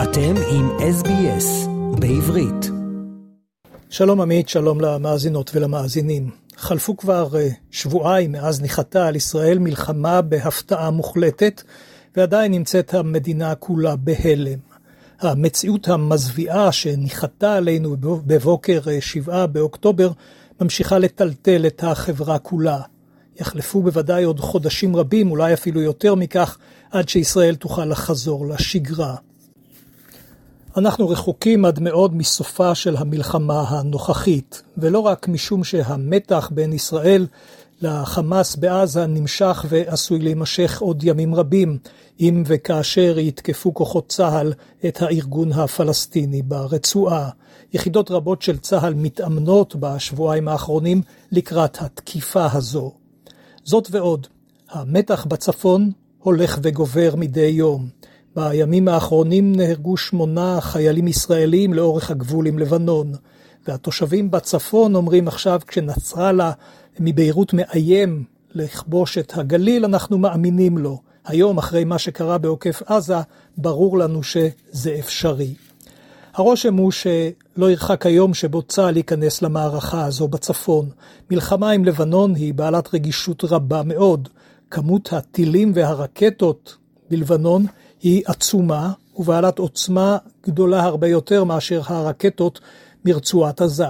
אתם עם SBS בעברית. שלום עמית, שלום למאזינות ולמאזינים. חלפו כבר שבועיים מאז ניחתה על ישראל מלחמה בהפתעה מוחלטת, ועדיין נמצאת המדינה כולה בהלם. המציאות המזוויעה שניחתה עלינו בבוקר 7 באוקטובר ממשיכה לטלטל את החברה כולה. יחלפו בוודאי עוד חודשים רבים, אולי אפילו יותר מכך, עד שישראל תוכל לחזור לשגרה. אנחנו רחוקים עד מאוד מסופה של המלחמה הנוכחית, ולא רק משום שהמתח בין ישראל לחמאס בעזה נמשך ועשוי להימשך עוד ימים רבים, אם וכאשר יתקפו כוחות צה"ל את הארגון הפלסטיני ברצועה. יחידות רבות של צה"ל מתאמנות בשבועיים האחרונים לקראת התקיפה הזו. זאת ועוד, המתח בצפון הולך וגובר מדי יום. בימים האחרונים נהרגו 8 חיילים ישראלים לאורך הגבול עם לבנון, והתושבים בצפון אומרים עכשיו, כשנסראללה מביירות מאיים לכבוש את הגליל, אנחנו מאמינים לו. היום אחרי מה שקרה בעוקף עזה, ברור לנו שזה אפשרי. הרושם הוא שלא ירחק היום שבו צה"ל ייכנס למערכה הזו בצפון. מלחמה עם לבנון היא בעלת רגישות רבה מאוד. כמות הטילים והרקטות בלבנון היא עצומה ובעלת עוצמה גדולה הרבה יותר מאשר הרקטות מרצועת עזה.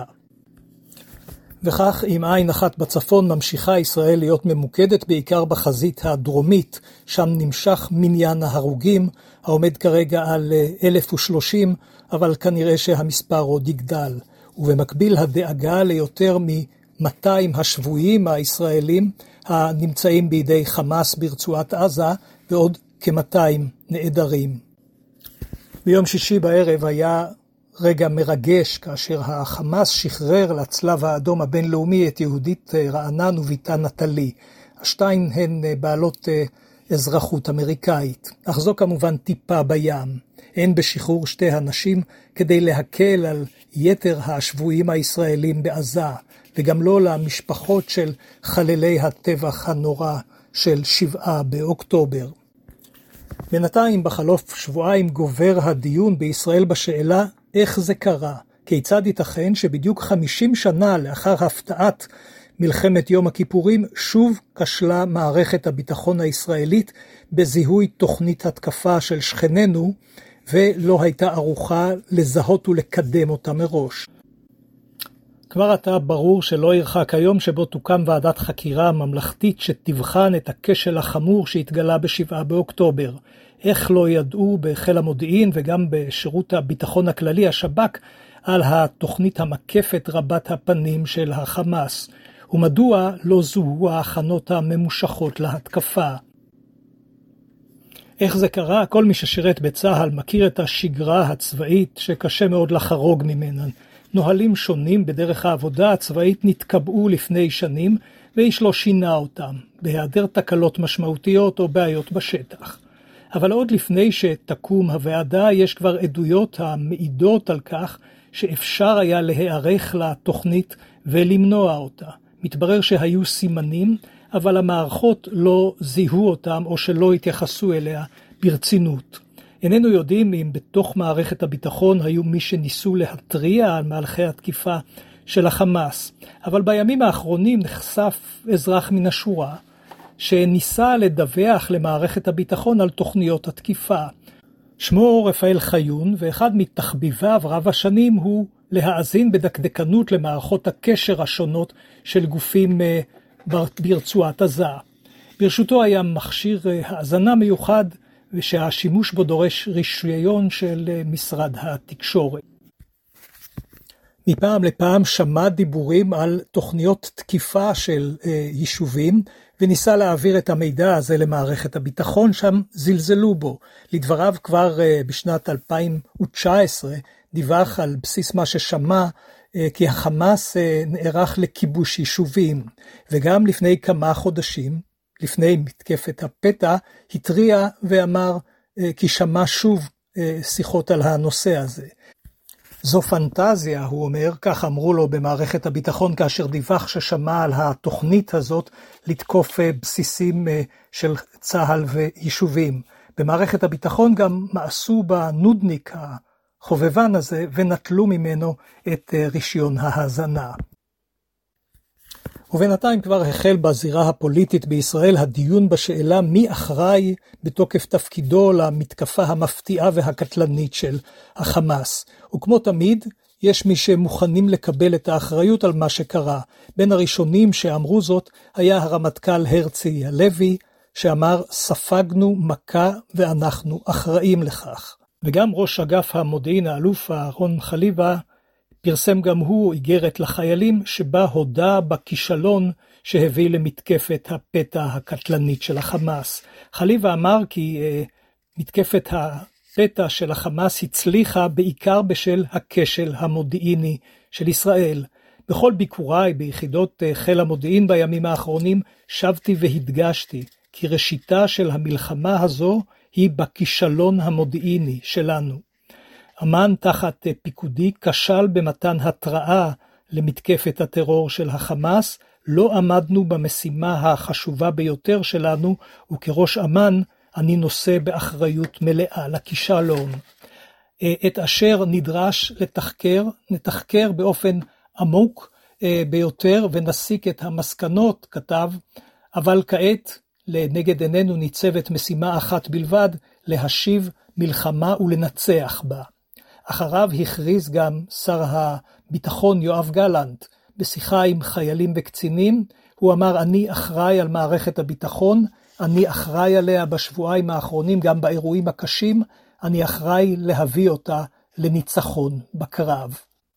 וכך עם עין אחת בצפון ממשיכה ישראל להיות ממוקדת בעיקר בחזית הדרומית, שם נמשך מניין ההרוגים, העומד כרגע על 1,030, אבל כנראה שהמספר עוד יגדל. ובמקביל הדאגה ליותר מ-200 השבויים הישראלים הנמצאים בידי חמאס ברצועת עזה, ועוד כ-200 נעדרים. ביום שישי בערב היה רגע מרגש כאשר החמאס שחרר לצלב האדום הבינלאומי את יהודית רענן וביתה נטלי. השתיים הן בעלות אזרחות אמריקאית, אך זו כמובן טיפה בים. אין בשחרור שתי הנשים כדי להקל על יתר השבויים הישראלים בעזה, וגם לא למשפחות של חללי הטבח הנורא של 7 באוקטובר. בינתיים בחלוף שבועיים גובר הדיון בישראל בשאלה איך זה קרה. כיצד ייתכן שבדיוק 50 שנה לאחר הפתעת מלחמת יום הכיפורים שוב כשלה מערכת הביטחון הישראלית בזיהוי תוכנית התקפה של שכננו, ולא הייתה ערוכה לזהות ולקדם אותה מראש. כבר עתה ברור שלא ירחק היום שבו תוקם ועדת חקירה ממלכתית שתבחן את הכשל החמור שהתגלה ב7 באוקטובר. איך לא ידעו בחיל המודיעין וגם בשירות הביטחון הכללי, השב"כ, על התוכנית המקפת רבת הפנים של החמאס, ומדוע לא זוהו ההכנות הממושכות להתקפה. איך זה קרה? כל מי ששירת בצה"ל מכיר את השגרה הצבאית שקשה מאוד לחרוג ממנה. נוהלים שונים בדרך העבודה הצבאית נתקבעו לפני שנים, ואיש לא שינה אותם, בהיעדר תקלות משמעותיות או בעיות בשטח. אבל עוד לפני שתקום הוועדה יש כבר עדויות המעידות על כך שאפשר היה להיערך לתוכנית ולמנוע אותה. מתברר שהיו סימנים, אבל המערכות לא זיהו אותם או שלא התייחסו אליה ברצינות. איננו יודעים אם בתוך מערכת הביטחון היו מי שניסו להתריע על מהלכי התקיפה של החמאס. אבל בימים האחרונים נחשף אזרח מן השורה שניסה לדווח למערכת הביטחון על תוכניות התקיפה. שמו רפאל חיון, ואחד מתחביביו רב השנים הוא להאזין בדקדקנות למערכות הקשר השונות של גופים ברצועת עזה. ברשותו היה מכשיר האזנה מיוחד, ושהשימוש בו דורש רישיון של משרד התקשורת. מפעם לפעם שמע דיבורים על תוכניות תקיפה של יישובים, וניסה להעביר את המידע הזה למערכת הביטחון, שם זלזלו בו. לדבריו כבר בשנת 2019 דיווח על בסיס מה ששמע כי החמאס נערך לכיבוש יישובים, וגם לפני כמה חודשים, לפני מתקפת הפתע, התריע ואמר כי שמע שוב שיחות על הנושא הזה. זו פנטזיה, הוא אומר, כך אמרו לו במערכת הביטחון כאשר דיווח ששמע על התוכנית הזאת לתקוף בסיסים של צה"ל ויישובים. במערכת הביטחון גם מאסו בנודניק החובבן הזה ונטלו ממנו את רישיון ההאזנה. ובינתיים כבר החל בזירה הפוליטית בישראל הדיון בשאלה מי אחראי בתוקף תפקידו למתקפה המפתיעה והקטלנית של החמאס. וכמו תמיד, יש מי שמוכנים לקבל את האחריות על מה שקרה. בין הראשונים שאמרו זאת היה הרמטכ"ל הרצי הלוי, שאמר ספגנו מכה ואנחנו אחראים לכך. וגם ראש אגף המודיעין האלוף אהרון חליבה פרסם גם הוא איגרת לחיילים שבה הודה בכישלון שהביא למתקפת הפתע הקטלנית של החמאס. חליבה אמר כי מתקפת הפתע של החמאס הצליחה בעיקר בשל הכשל המודיעיני של ישראל. בכל ביקוריי ביחידות חיל המודיעין בימים האחרונים שבתי והדגשתי כי ראשיתה של המלחמה הזו היא בכישלון המודיעיני שלנו. אמ"ן תחת פיקודי כשל במתן התראה למתקפת הטרור של החמאס, לא עמדנו במשימה החשובה ביותר שלנו, וכראש אמ"ן אני נושא באחריות מלאה לכישלון. את אשר נדרש לתחקר, נתחקר באופן עמוק ביותר ונסיק את המסקנות, כתב, אבל כעת לנגד עינינו ניצבת משימה אחת בלבד, להשיב מלחמה ולנצח בה. אחריו הכריז גם שר הביטחון יואב גלנט, בשיחה עם חיילים וקצינים, הוא אמר אני אחראי על מערכת הביטחון, אני אחראי עליה בשבועיים האחרונים גם באירועים הקשים, אני אחראי להביא אותה לניצחון בקרב.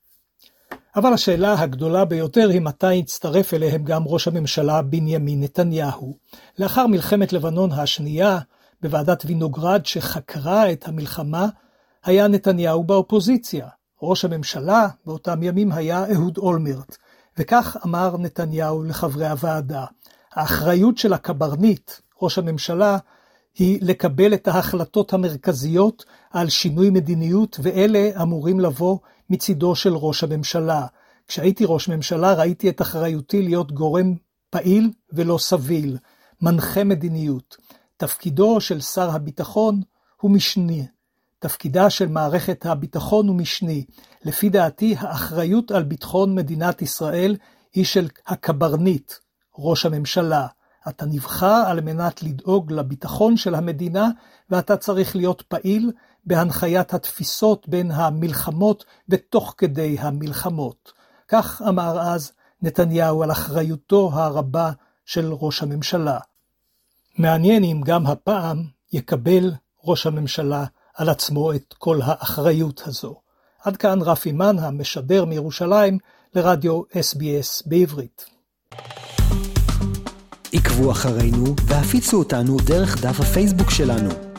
אבל השאלה הגדולה ביותר היא מתי יצטרף אליהם גם ראש הממשלה בנימין נתניהו. לאחר מלחמת לבנון השנייה, בוועדת וינוגרד שחקרה את המלחמה, היה נתניהו באופוזיציה. ראש הממשלה באותם ימים היה אהוד אולמרט, וכך אמר נתניהו לחברי הוועדה. האחריות של הקברניט, ראש הממשלה, היא לקבל את ההחלטות המרכזיות על שינוי מדיניות, ואלה אמורים לבוא מצידו של ראש הממשלה. כשהייתי ראש ממשלה ראיתי את אחריותי להיות גורם פעיל ולא סביל, מנחה מדיניות. תפקידו של שר הביטחון הוא משני. תפקידה של מערכת הביטחון הוא משני. לפי דעתי האחריות על ביטחון מדינת ישראל היא של הקברניט, ראש הממשלה. אתה נבחר על מנת לדאוג לביטחון של המדינה, ואתה צריך להיות פעיל בהנחיית התפיסות בין המלחמות ותוך כדי המלחמות. כך אמר אז נתניהו על אחריותו הרבה של ראש הממשלה. מעניין אם גם הפעם יקבל ראש הממשלה על עצמו את כל האחריות הזו. עד כאן רפי מן המשדר מירושלים לרדיו SBS בעברית. עקבו אחרינו והפיצו אותנו דרך דף הפייסבוק שלנו.